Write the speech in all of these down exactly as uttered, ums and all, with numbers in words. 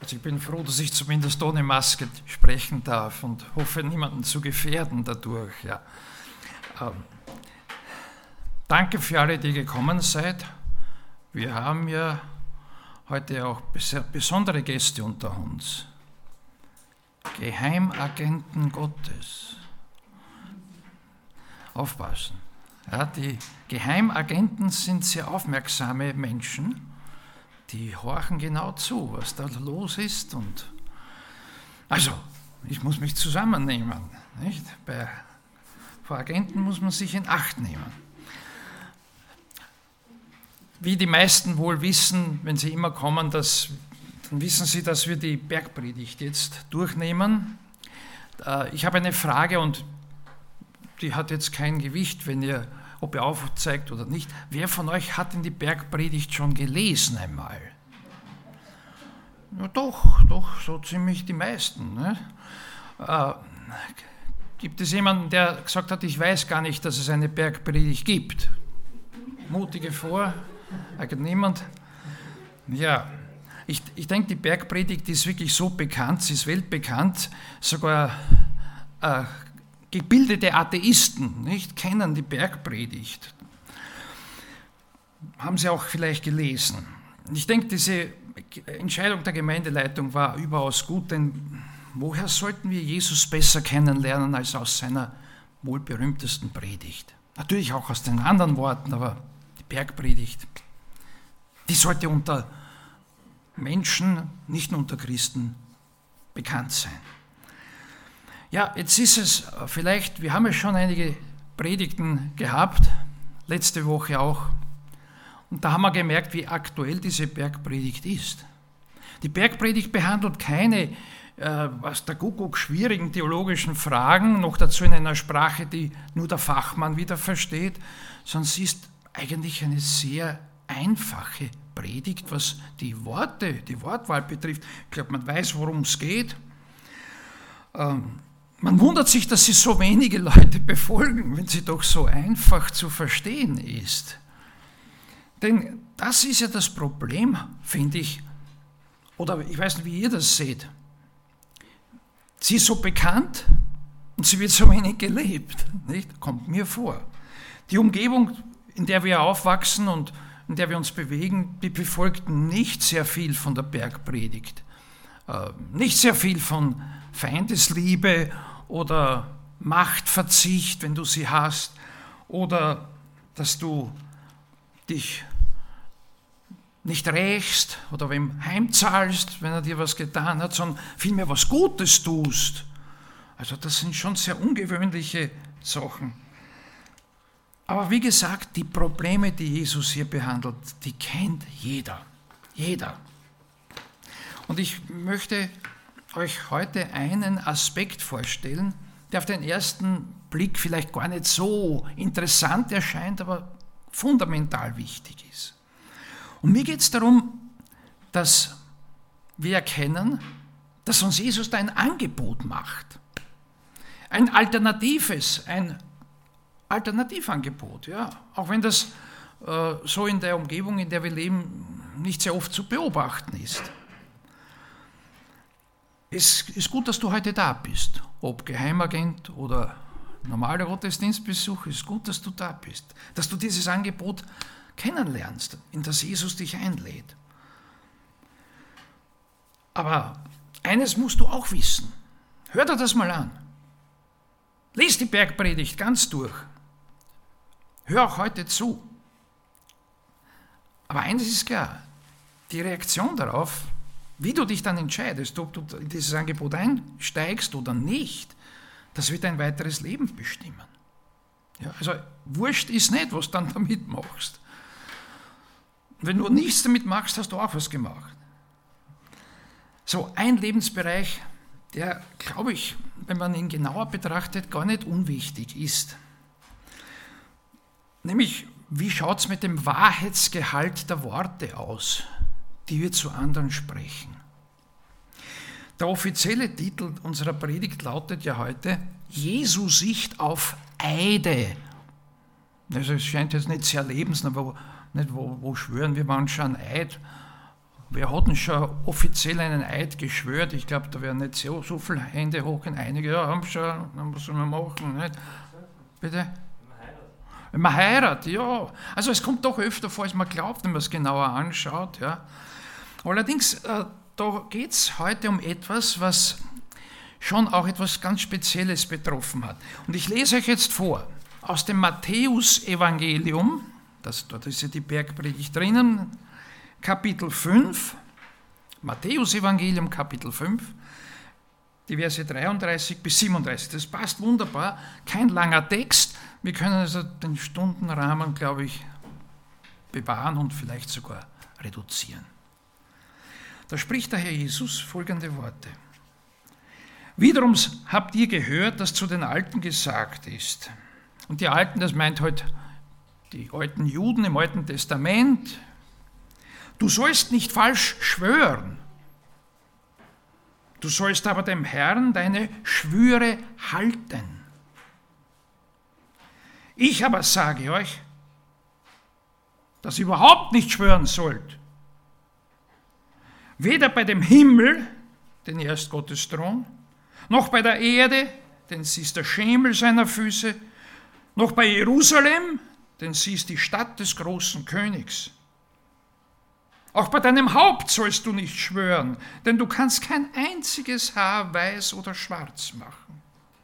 Also ich bin froh, dass ich zumindest ohne Maske sprechen darf und hoffe, niemanden zu gefährden dadurch. Ja. Ähm, danke für alle, die gekommen seid. Wir haben ja heute auch besondere Gäste unter uns. Geheimagenten Gottes. Aufpassen. Ja, die Geheimagenten sind sehr aufmerksame Menschen. Die horchen genau zu, was da los ist. Und also, ich muss mich zusammennehmen. Nicht? Bei, vor Agenten muss man sich in Acht nehmen. Wie die meisten wohl wissen, wenn sie immer kommen, dass, dann wissen sie, dass wir die Bergpredigt jetzt durchnehmen. Ich habe eine Frage und die hat jetzt kein Gewicht, wenn ihr ob ihr aufzeigt oder nicht. Wer von euch hat denn die Bergpredigt schon gelesen einmal? Ja, doch, doch, so ziemlich die meisten. Ne? Äh, gibt es jemanden, der gesagt hat, ich weiß gar nicht, dass es eine Bergpredigt gibt? Mutige vor, eigentlich niemand. Ja, ich, ich denke, die Bergpredigt ist wirklich so bekannt, sie ist weltbekannt, sogar äh, gebildete Atheisten nicht, kennen die Bergpredigt. Haben sie auch vielleicht gelesen. Ich denke, diese Entscheidung der Gemeindeleitung war überaus gut, denn woher sollten wir Jesus besser kennenlernen als aus seiner wohl berühmtesten Predigt? Natürlich auch aus den anderen Worten, aber die Bergpredigt, die sollte unter Menschen, nicht nur unter Christen, bekannt sein. Ja, jetzt ist es vielleicht, wir haben ja schon einige Predigten gehabt, letzte Woche auch, und da haben wir gemerkt, wie aktuell diese Bergpredigt ist. Die Bergpredigt behandelt keine, äh, was der Kuckuck, schwierigen theologischen Fragen, noch dazu in einer Sprache, die nur der Fachmann wieder versteht, sondern sie ist eigentlich eine sehr einfache Predigt, was die Worte, die Wortwahl betrifft. Ich glaube, man weiß, worum es geht. Ähm, Man wundert sich, dass sie so wenige Leute befolgen, wenn sie doch so einfach zu verstehen ist. Denn das ist ja das Problem, finde ich, oder ich weiß nicht, wie ihr das seht. Sie ist so bekannt und sie wird so wenig gelebt, nicht? Kommt mir vor. Die Umgebung, in der wir aufwachsen und in der wir uns bewegen, die befolgt nicht sehr viel von der Bergpredigt. Äh, nicht sehr viel von Feindesliebe oder Machtverzicht, wenn du sie hast, oder dass du dich nicht rächst oder wem heimzahlst, wenn er dir was getan hat, sondern vielmehr was Gutes tust. Also das sind schon sehr ungewöhnliche Sachen. Aber wie gesagt, die Probleme, die Jesus hier behandelt, die kennt jeder. Jeder. Und ich möchte euch heute einen Aspekt vorstellen, der auf den ersten Blick vielleicht gar nicht so interessant erscheint, aber fundamental wichtig ist. Und mir geht es darum, dass wir erkennen, dass uns Jesus da ein Angebot macht. Ein alternatives, ein Alternativangebot, ja. Auch wenn das äh, so in der Umgebung, in der wir leben, nicht sehr oft zu beobachten ist. Es ist gut, dass du heute da bist, ob Geheimagent oder normaler Gottesdienstbesuch, es ist gut, dass du da bist, dass du dieses Angebot kennenlernst, in das Jesus dich einlädt. Aber eines musst du auch wissen, hör dir das mal an, lies die Bergpredigt ganz durch, hör auch heute zu. Aber eines ist klar, die Reaktion darauf, wie du dich dann entscheidest, ob du in dieses Angebot einsteigst oder nicht, das wird dein weiteres Leben bestimmen. Ja, also wurscht ist nicht, was du dann damit machst. Wenn du nichts damit machst, hast du auch was gemacht. So, ein Lebensbereich, der, glaube ich, wenn man ihn genauer betrachtet, gar nicht unwichtig ist. Nämlich, wie schaut es mit dem Wahrheitsgehalt der Worte aus, die wir zu anderen sprechen? Der offizielle Titel unserer Predigt lautet ja heute Jesu Sicht auf Eide. Also es scheint jetzt nicht sehr lebensnah, aber nicht wo, wo schwören wir manchmal an Eid. wer hat denn schon offiziell einen Eid geschwört? Ich glaube, da werden nicht so, so viele Hände hoch. Einige ja, haben schon, was soll man machen? Nicht? Bitte? Wenn man heiratet, ja. Also es kommt doch öfter vor, als man glaubt, wenn man es genauer anschaut. Ja. Allerdings, äh, da geht es heute um etwas, was schon auch etwas ganz Spezielles betroffen hat. Und ich lese euch jetzt vor, aus dem Matthäus-Evangelium, das, dort ist ja die Bergpredigt drinnen, Kapitel fünf, Matthäus-Evangelium, Kapitel fünf, die Verse dreiunddreißig bis siebenunddreißig. Das passt wunderbar, kein langer Text. Wir können also den Stundenrahmen, glaube ich, bewahren und vielleicht sogar reduzieren. Da spricht der Herr Jesus folgende Worte. Wiederum habt ihr gehört, dass zu den Alten gesagt ist. Und die Alten, das meint halt die alten Juden im Alten Testament. Du sollst nicht falsch schwören. Du sollst aber dem Herrn deine Schwüre halten. Ich aber sage euch, dass ihr überhaupt nicht schwören sollt. Weder bei dem Himmel, denn er ist Gottes Thron, noch bei der Erde, denn sie ist der Schemel seiner Füße, noch bei Jerusalem, denn sie ist die Stadt des großen Königs. Auch bei deinem Haupt sollst du nicht schwören, denn du kannst kein einziges Haar weiß oder schwarz machen.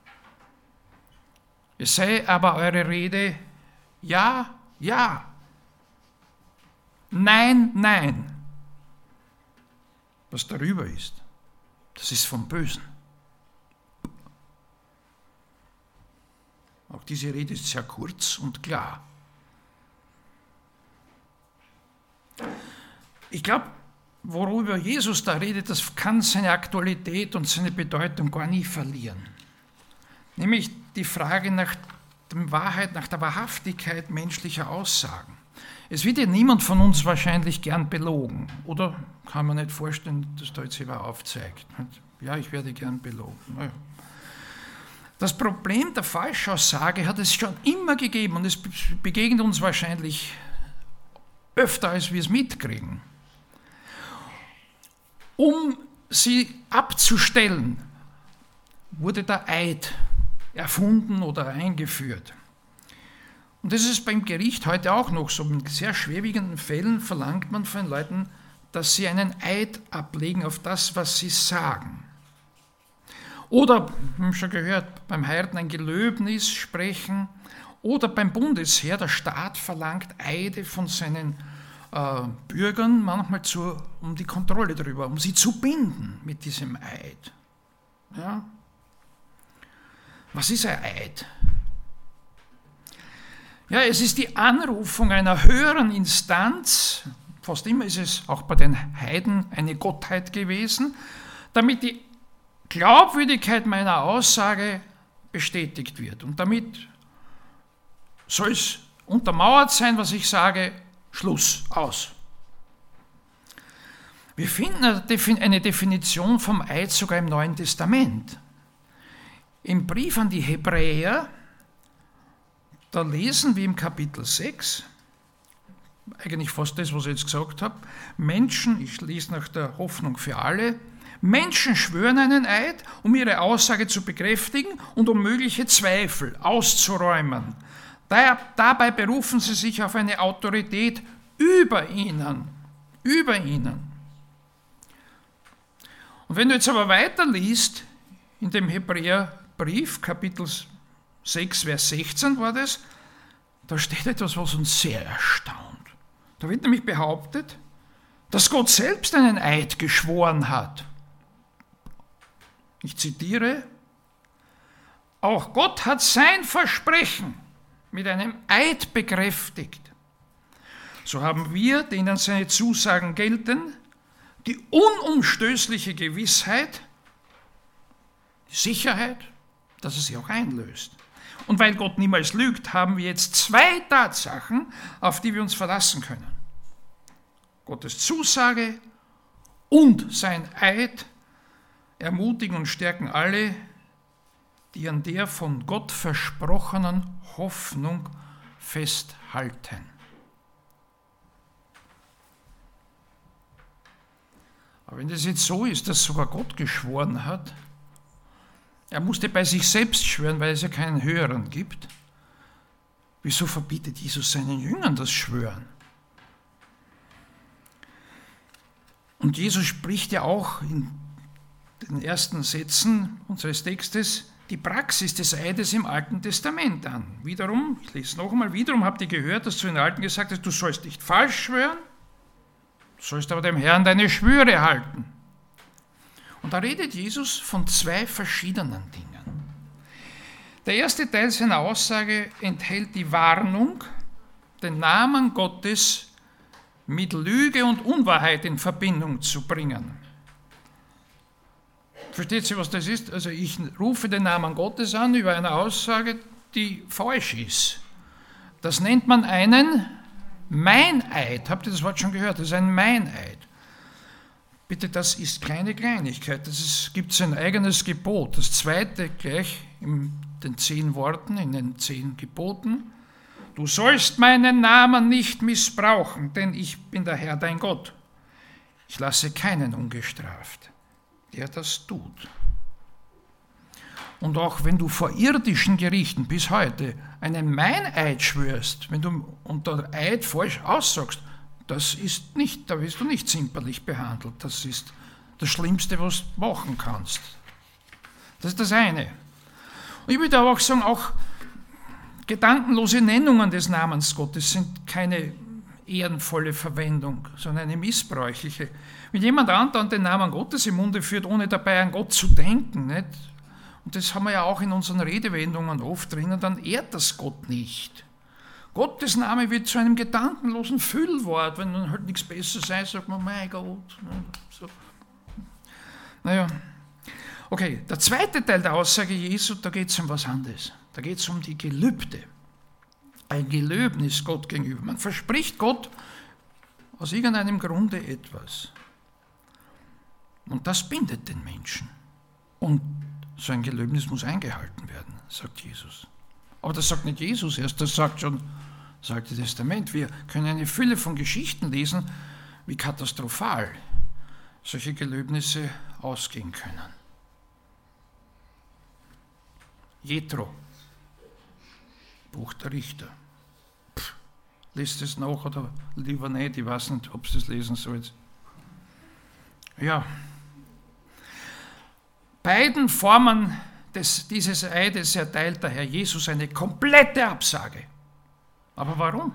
Es sei aber eure Rede ja, ja, nein, nein. Was darüber ist, das ist vom Bösen. Auch diese Rede ist sehr kurz und klar. Ich glaube, worüber Jesus da redet, das kann seine Aktualität und seine Bedeutung gar nie verlieren. Nämlich die Frage nach der Wahrheit, nach der Wahrhaftigkeit menschlicher Aussagen. Es wird ja niemand von uns wahrscheinlich gern belogen, oder? Kann man nicht vorstellen, dass da jetzt jemand aufzeigt. Ja, ich werde gern belogen. Naja. Das Problem der Falschaussage hat es schon immer gegeben und es begegnet uns wahrscheinlich öfter, als wir es mitkriegen. Um sie abzustellen, wurde der Eid erfunden oder eingeführt. Und das ist beim Gericht heute auch noch so. In sehr schwerwiegenden Fällen verlangt man von den Leuten, dass sie einen Eid ablegen auf das, was sie sagen. Oder, wir haben schon gehört, beim Heiraten ein Gelöbnis sprechen. Oder beim Bundesheer, der Staat verlangt Eide von seinen äh, Bürgern, manchmal zu, um die Kontrolle darüber, um sie zu binden mit diesem Eid. Ja? Was ist ein Eid? Ja, es ist die Anrufung einer höheren Instanz, fast immer ist es auch bei den Heiden eine Gottheit gewesen, damit die Glaubwürdigkeit meiner Aussage bestätigt wird. Und damit soll es untermauert sein, was ich sage, Schluss, aus. Wir finden eine Definition vom Eid sogar im Neuen Testament. Im Brief an die Hebräer, da lesen wir im Kapitel sechs, eigentlich fast das, was ich jetzt gesagt habe, Menschen, ich lese nach der Hoffnung für alle, Menschen schwören einen Eid, um ihre Aussage zu bekräftigen und um mögliche Zweifel auszuräumen. Dabei berufen sie sich auf eine Autorität über ihnen, über ihnen. Und wenn du jetzt aber weiterliest, in dem Hebräerbrief, Kapitel sechs, Vers sechzehn war das, da steht etwas, was uns sehr erstaunt. Da wird nämlich behauptet, dass Gott selbst einen Eid geschworen hat. Ich zitiere, auch Gott hat sein Versprechen mit einem Eid bekräftigt. So haben wir, denen seine Zusagen gelten, die unumstößliche Gewissheit, die Sicherheit, dass er sie auch einlöst. Und weil Gott niemals lügt, haben wir jetzt zwei Tatsachen, auf die wir uns verlassen können. Gottes Zusage und sein Eid ermutigen und stärken alle, die an der von Gott versprochenen Hoffnung festhalten. Aber wenn das jetzt so ist, dass sogar Gott geschworen hat, er musste bei sich selbst schwören, weil es ja keinen Höheren gibt, wieso verbietet Jesus seinen Jüngern das Schwören? Und Jesus spricht ja auch in den ersten Sätzen unseres Textes die Praxis des Eides im Alten Testament an. Wiederum, ich lese noch einmal, wiederum habt ihr gehört, dass zu den Alten gesagt ist, du sollst nicht falsch schwören, du sollst aber dem Herrn deine Schwüre halten. Und da redet Jesus von zwei verschiedenen Dingen. Der erste Teil seiner Aussage enthält die Warnung, den Namen Gottes mit Lüge und Unwahrheit in Verbindung zu bringen. Versteht ihr, was das ist? Also ich rufe den Namen Gottes an über eine Aussage, die falsch ist. Das nennt man einen Meineid. Habt ihr das Wort schon gehört? Das ist ein Meineid. Bitte, das ist keine Kleinigkeit. Das gibt es ein eigenes Gebot. Das zweite gleich in den zehn Worten, in den zehn Geboten. Du sollst meinen Namen nicht missbrauchen, denn ich bin der Herr, dein Gott. Ich lasse keinen ungestraft, der das tut. Und auch wenn du vor irdischen Gerichten bis heute einen Meineid schwörst, wenn du unter Eid falsch aussagst, das ist nicht, da wirst du nicht zimperlich behandelt. Das ist das Schlimmste, was du machen kannst. Das ist das eine. Und ich würde aber auch sagen, auch gedankenlose Nennungen des Namens Gottes sind keine ehrenvolle Verwendung, sondern eine missbräuchliche. Wenn jemand andauernd den Namen Gottes im Munde führt, ohne dabei an Gott zu denken, nicht? Und das haben wir ja auch in unseren Redewendungen oft drinnen, dann ehrt das Gott nicht. Gottes Name wird zu einem gedankenlosen Füllwort. Wenn dann halt nichts Besseres sei, sagt man, mein Gott. So. Naja, okay, der zweite Teil der Aussage Jesu, da geht es um was anderes. Da geht es um die Gelübde. Ein Gelöbnis Gott gegenüber. Man verspricht Gott aus irgendeinem Grunde etwas. Und das bindet den Menschen. Und so ein Gelöbnis muss eingehalten werden, sagt Jesus. Aber das sagt nicht Jesus erst, das sagt schon das Alte Testament. Wir können eine Fülle von Geschichten lesen, wie katastrophal solche Gelöbnisse ausgehen können. Jethro, Buch der Richter. Pff, lest es noch oder lieber nicht, ich weiß nicht, ob es das lesen soll. Ja, beiden Formen des, dieses Eides erteilt der Herr Jesus eine komplette Absage. Aber warum?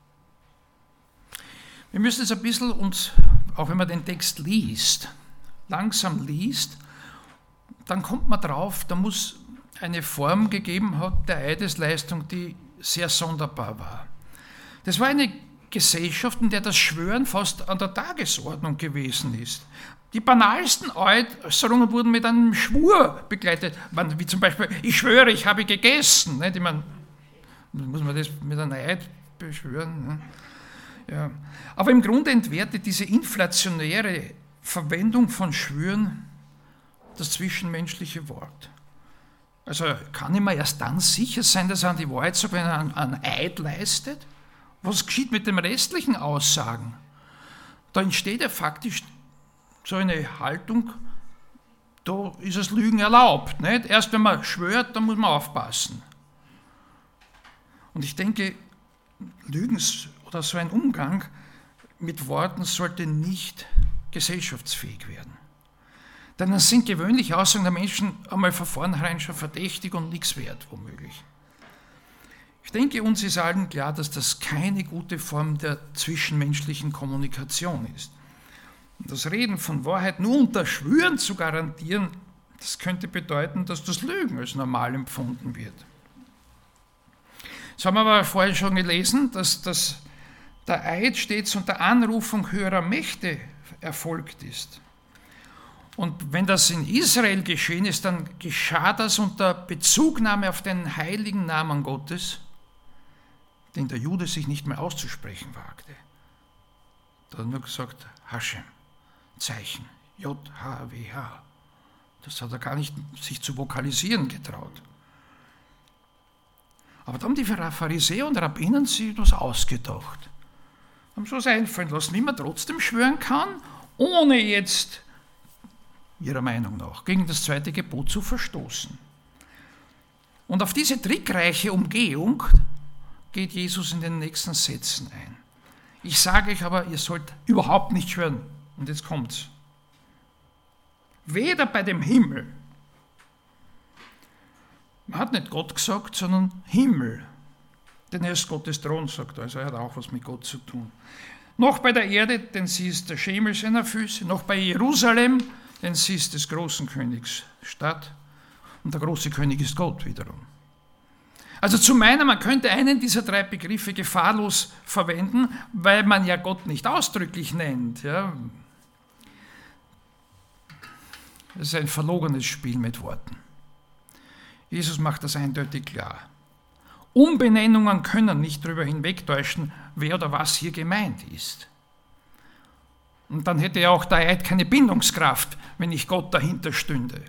Wir müssen es ein bisschen uns, auch wenn man den Text liest, langsam liest, dann kommt man drauf, da muss eine Form gegeben haben der Eidesleistung, die sehr sonderbar war. Das war eine Gesellschaft, in der das Schwören fast an der Tagesordnung gewesen ist. Die banalsten Äußerungen wurden mit einem Schwur begleitet, wie zum Beispiel, ich schwöre, ich habe gegessen. Ich meine, muss man das mit einem Eid beschwören? Ja. Aber im Grunde entwertet diese inflationäre Verwendung von Schwüren das zwischenmenschliche Wort. Also kann ich mir erst dann sicher sein, dass er an die Wahrheit sagt, wenn er einen Eid leistet? Was geschieht mit den restlichen Aussagen? Da entsteht ja faktisch so eine Haltung, da ist das Lügen erlaubt. Nicht? Erst wenn man schwört, dann muss man aufpassen. Und ich denke, Lügen oder so ein Umgang mit Worten sollte nicht gesellschaftsfähig werden. Denn dann sind gewöhnlich Aussagen der Menschen einmal von vornherein schon verdächtig und nichts wert, womöglich. Ich denke, uns ist allen klar, dass das keine gute Form der zwischenmenschlichen Kommunikation ist. Und das Reden von Wahrheit nur unter Schwüren zu garantieren, das könnte bedeuten, dass das Lügen als normal empfunden wird. Das haben wir aber vorhin schon gelesen, dass das, der Eid stets unter Anrufung höherer Mächte erfolgt ist. Und wenn das in Israel geschehen ist, dann geschah das unter Bezugnahme auf den heiligen Namen Gottes, den der Jude sich nicht mehr auszusprechen wagte. Da hat er nur gesagt, Hashem, Zeichen, J H W H. Das hat er gar nicht sich zu vokalisieren getraut. Aber da haben die Pharisäer und Rabbinen sich etwas ausgedacht. Haben so was einfallen lassen, wie man trotzdem schwören kann, ohne jetzt, ihrer Meinung nach, gegen das zweite Gebot zu verstoßen. Und auf diese trickreiche Umgehung geht Jesus in den nächsten Sätzen ein. Ich sage euch aber, ihr sollt überhaupt nicht schwören. Und jetzt kommt's. Weder bei dem Himmel, man hat nicht Gott gesagt, sondern Himmel. Denn er ist Gottes Thron, sagt er, also er hat auch was mit Gott zu tun. Noch bei der Erde, denn sie ist der Schemel seiner Füße, noch bei Jerusalem, denn sie ist des großen Königs Stadt. Und der große König ist Gott wiederum. Also zu meinen, man könnte einen dieser drei Begriffe gefahrlos verwenden, weil man ja Gott nicht ausdrücklich nennt. Ja. Das ist ein verlogenes Spiel mit Worten. Jesus macht das eindeutig klar. Umbenennungen können nicht darüber hinwegtäuschen, wer oder was hier gemeint ist. Und dann hätte ja auch der Eid keine Bindungskraft, wenn nicht Gott dahinter stünde.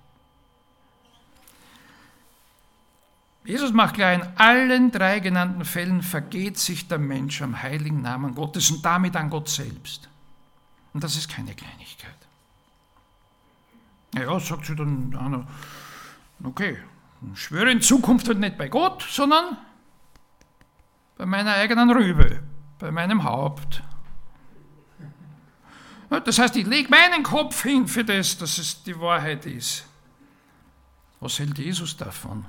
Jesus macht klar, in allen drei genannten Fällen vergeht sich der Mensch am heiligen Namen Gottes und damit an Gott selbst. Und das ist keine Kleinigkeit. Ja, sagt sie dann einer, okay, ich schwöre in Zukunft halt nicht bei Gott, sondern bei meiner eigenen Rübe, bei meinem Haupt. Das heißt, ich lege meinen Kopf hin für das, dass es die Wahrheit ist. Was hält Jesus davon?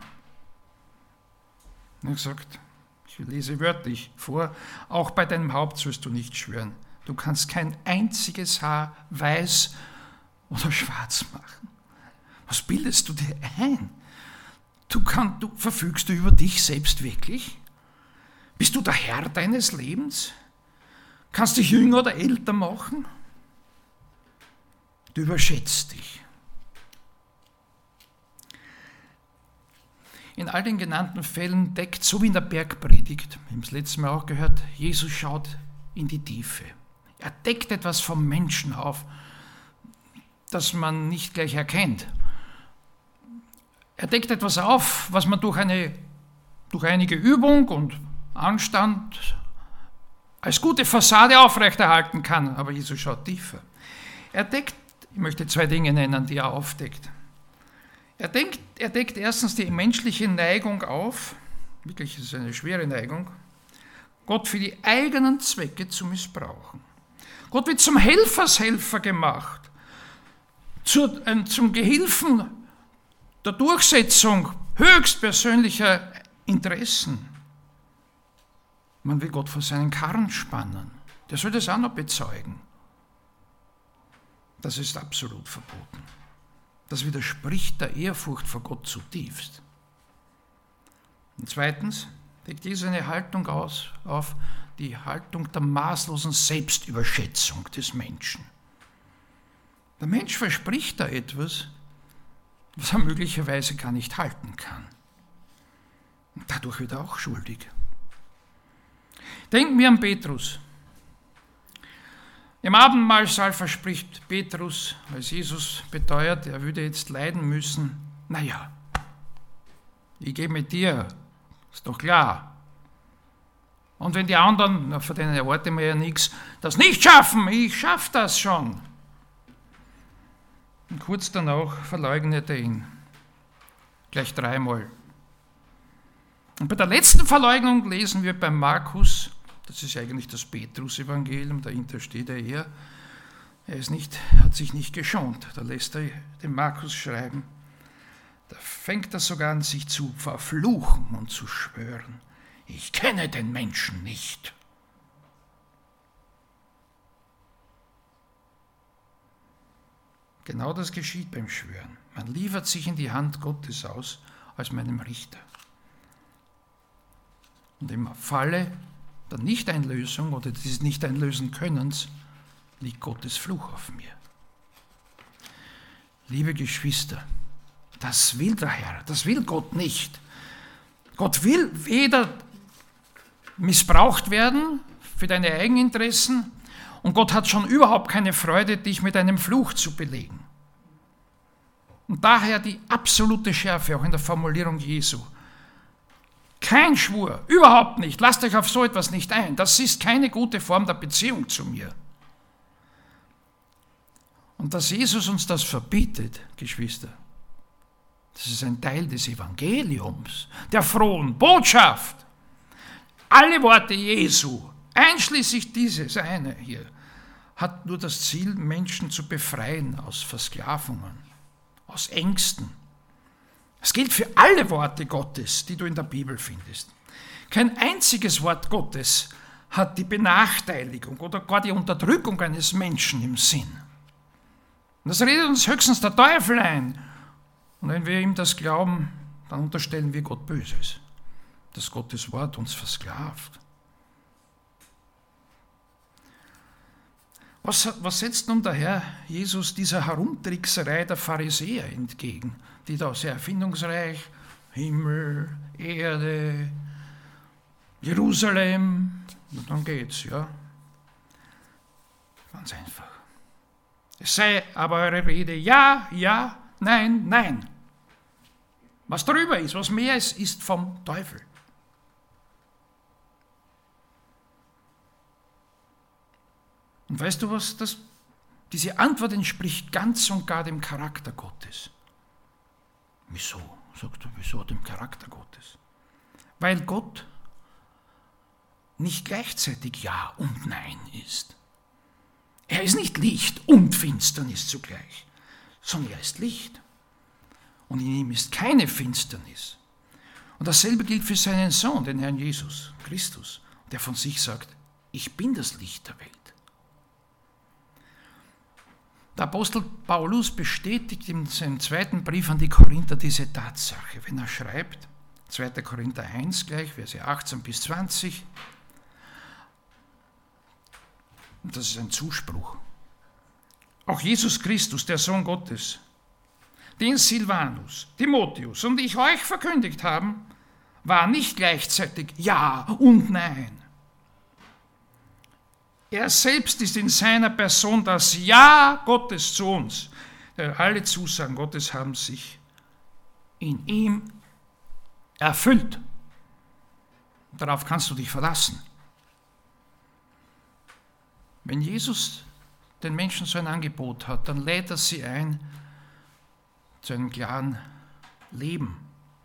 Er sagt, ich lese wörtlich vor, auch bei deinem Haupt sollst du nicht schwören. Du kannst kein einziges Haar weiß oder schwarz machen. Was bildest du dir ein? Du, kann, du verfügst du über dich selbst wirklich? Bist du der Herr deines Lebens? Kannst dich jünger oder älter machen? Du überschätzt dich. In all den genannten Fällen deckt, so wie in der Bergpredigt, wir haben es letztes Mal auch gehört, Jesus schaut in die Tiefe. Er deckt etwas vom Menschen auf, das man nicht gleich erkennt. Er deckt etwas auf, was man durch, eine, durch einige Übung und Anstand als gute Fassade aufrechterhalten kann, aber Jesus schaut tiefer. Er deckt, ich möchte zwei Dinge nennen, die er aufdeckt. Er, denkt, er deckt erstens die menschliche Neigung auf, wirklich ist es eine schwere Neigung, Gott für die eigenen Zwecke zu missbrauchen. Gott wird zum Helfershelfer gemacht, zu, äh, zum Gehilfen der Durchsetzung höchstpersönlicher Interessen. Man will Gott vor seinen Karren spannen. Der soll das auch noch bezeugen. Das ist absolut verboten. Das widerspricht der Ehrfurcht vor Gott zutiefst. Und zweitens deckt Jesus eine Haltung aus, auf die Haltung der maßlosen Selbstüberschätzung des Menschen. Der Mensch verspricht da etwas, was er möglicherweise gar nicht halten kann. Und dadurch wird er auch schuldig. Denken wir an Petrus. Im Abendmahlsaal verspricht Petrus, als Jesus beteuert, er würde jetzt leiden müssen, naja, ich gehe mit dir, ist doch klar. Und wenn die anderen, von denen erwarten wir ja nichts, das nicht schaffen, ich schaffe das schon. Und kurz danach verleugnet er ihn. Gleich dreimal. Und bei der letzten Verleugnung lesen wir bei Markus, das ist eigentlich das Petrus-Evangelium, dahinter steht er eher, er ist nicht, hat sich nicht geschont. Da lässt er den Markus schreiben. Da fängt er sogar an, sich zu verfluchen und zu schwören. Ich kenne den Menschen nicht. Genau das geschieht beim Schwören. Man liefert sich in die Hand Gottes aus als meinem Richter. Und im Falle der Nichteinlösung oder des Nicht-Einlösen-Könnens liegt Gottes Fluch auf mir. Liebe Geschwister, das will der Herr, das will Gott nicht. Gott will weder missbraucht werden für deine Eigeninteressen, und Gott hat schon überhaupt keine Freude, dich mit einem Fluch zu belegen. Und daher die absolute Schärfe auch in der Formulierung Jesu. Kein Schwur, überhaupt nicht. Lasst euch auf so etwas nicht ein. Das ist keine gute Form der Beziehung zu mir. Und dass Jesus uns das verbietet, Geschwister, das ist ein Teil des Evangeliums, der frohen Botschaft. Alle Worte Jesu, einschließlich dieses eine hier, hat nur das Ziel, Menschen zu befreien aus Versklavungen, aus Ängsten. Das gilt für alle Worte Gottes, die du in der Bibel findest. Kein einziges Wort Gottes hat die Benachteiligung oder gar die Unterdrückung eines Menschen im Sinn. Und das redet uns höchstens der Teufel ein. Und wenn wir ihm das glauben, dann unterstellen wir Gott Böses, dass Gottes Wort uns versklavt. Was, was setzt nun der Herr Jesus dieser Herumtrickserei der Pharisäer entgegen, die da sehr erfindungsreich, Himmel, Erde, Jerusalem, und dann geht's, ja. Ganz einfach. Es sei aber eure Rede ja, ja, nein, nein. Was darüber ist, was mehr ist, ist vom Teufel. Und weißt du was? Das, diese Antwort entspricht ganz und gar dem Charakter Gottes. Wieso? Sagt er, wieso dem Charakter Gottes? Weil Gott nicht gleichzeitig Ja und Nein ist. Er ist nicht Licht und Finsternis zugleich, sondern er ist Licht. Und in ihm ist keine Finsternis. Und dasselbe gilt für seinen Sohn, den Herrn Jesus Christus, der von sich sagt, ich bin das Licht der Welt. Der Apostel Paulus bestätigt in seinem zweiten Brief an die Korinther diese Tatsache, wenn er schreibt, zweiter Korinther eins gleich, Verse achtzehn bis zwanzig, und das ist ein Zuspruch. Auch Jesus Christus, der Sohn Gottes, den Silvanus, Timotheus und ich euch verkündigt haben, war nicht gleichzeitig Ja und Nein. Er selbst ist in seiner Person das Ja Gottes zu uns. Alle Zusagen Gottes haben sich in ihm erfüllt. Darauf kannst du dich verlassen. Wenn Jesus den Menschen so ein Angebot hat, dann lädt er sie ein zu einem klaren Leben.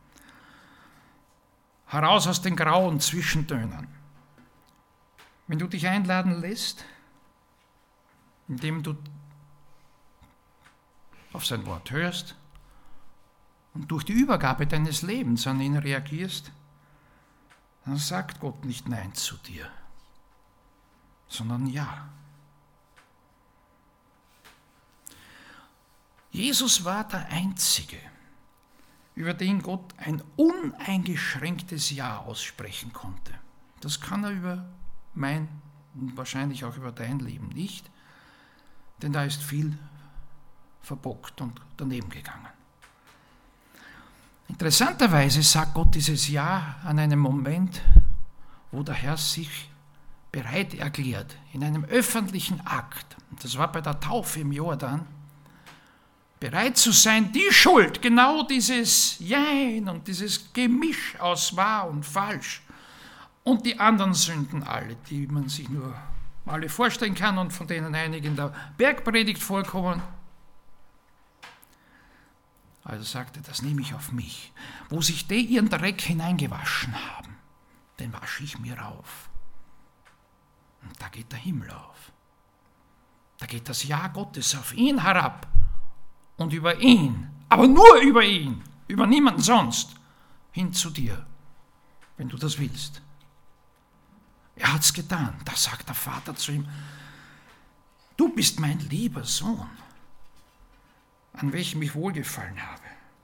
Heraus aus den grauen Zwischentönen. Wenn du dich einladen lässt, indem du auf sein Wort hörst und durch die Übergabe deines Lebens an ihn reagierst, dann sagt Gott nicht Nein zu dir, sondern Ja. Jesus war der Einzige, über den Gott ein uneingeschränktes Ja aussprechen konnte. Das kann er über mein und wahrscheinlich auch über dein Leben nicht, denn da ist viel verbockt und daneben gegangen. Interessanterweise sagt Gott dieses Ja an einem Moment, wo der Herr sich bereit erklärt, in einem öffentlichen Akt, das war bei der Taufe im Jordan, bereit zu sein, die Schuld, genau dieses Jein und dieses Gemisch aus wahr und falsch und die anderen Sünden alle, die man sich nur alle vorstellen kann und von denen einige in der Bergpredigt vorkommen. Also sagte, das nehme ich auf mich. Wo sich die ihren Dreck hineingewaschen haben, den wasche ich mir auf. Und da geht der Himmel auf. Da geht das Ja Gottes auf ihn herab. Und über ihn, aber nur über ihn, über niemanden sonst, hin zu dir, wenn du das willst. Er hat es getan. Da sagt der Vater zu ihm, du bist mein lieber Sohn, an welchem ich wohlgefallen habe.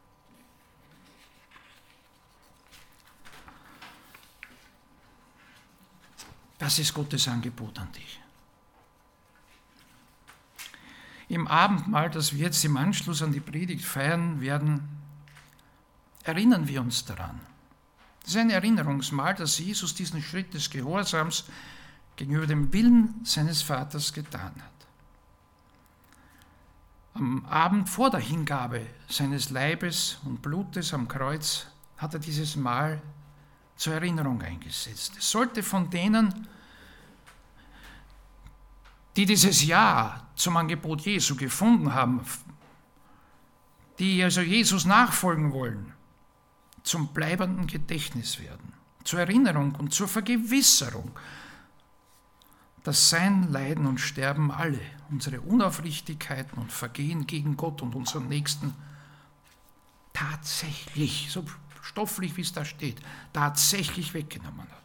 Das ist Gottes Angebot an dich. Im Abendmahl, das wir jetzt im Anschluss an die Predigt feiern werden, erinnern wir uns daran. Das ist ein Erinnerungsmahl, dass Jesus diesen Schritt des Gehorsams gegenüber dem Willen seines Vaters getan hat. Am Abend vor der Hingabe seines Leibes und Blutes am Kreuz hat er dieses Mahl zur Erinnerung eingesetzt. Es sollte von denen, die dieses Ja zum Angebot Jesu gefunden haben, die also Jesus nachfolgen wollen, zum bleibenden Gedächtnis werden, zur Erinnerung und zur Vergewisserung, dass sein Leiden und Sterben alle unsere Unaufrichtigkeiten und Vergehen gegen Gott und unseren Nächsten tatsächlich, so stofflich wie es da steht, tatsächlich weggenommen hat.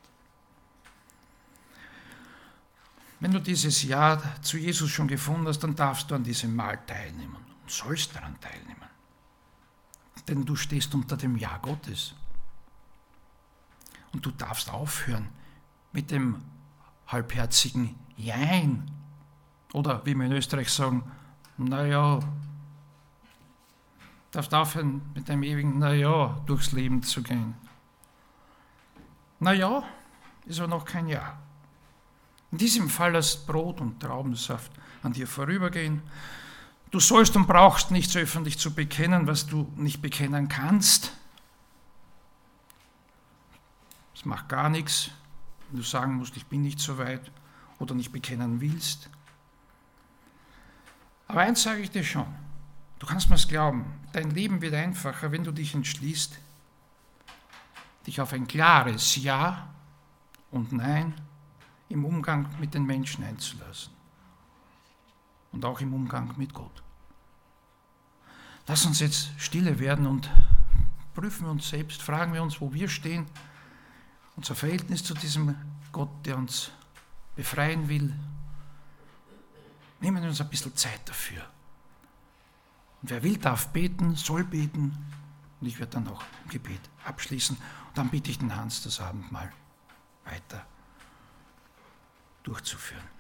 Wenn du dieses Ja zu Jesus schon gefunden hast, dann darfst du an diesem Mahl teilnehmen und sollst daran teilnehmen. Denn du stehst unter dem Ja Gottes. Und du darfst aufhören mit dem halbherzigen Jein. Oder wie wir in Österreich sagen, naja, darfst aufhören mit dem ewigen Naja durchs Leben zu gehen. Naja, ist aber noch kein Ja. In diesem Fall lässt Brot und Traubensaft an dir vorübergehen. Du sollst und brauchst nichts öffentlich zu bekennen, was du nicht bekennen kannst. Es macht gar nichts, wenn du sagen musst, ich bin nicht so weit oder nicht bekennen willst. Aber eins sage ich dir schon, du kannst mir's glauben, dein Leben wird einfacher, wenn du dich entschließt, dich auf ein klares Ja und Nein im Umgang mit den Menschen einzulassen. Und auch im Umgang mit Gott. Lass uns jetzt stille werden und prüfen wir uns selbst, fragen wir uns, wo wir stehen, unser Verhältnis zu diesem Gott, der uns befreien will. Nehmen wir uns ein bisschen Zeit dafür. Und wer will, darf beten, soll beten. Und ich werde dann auch im Gebet abschließen. Und dann bitte ich den Hans, das Abendmahl weiter durchzuführen.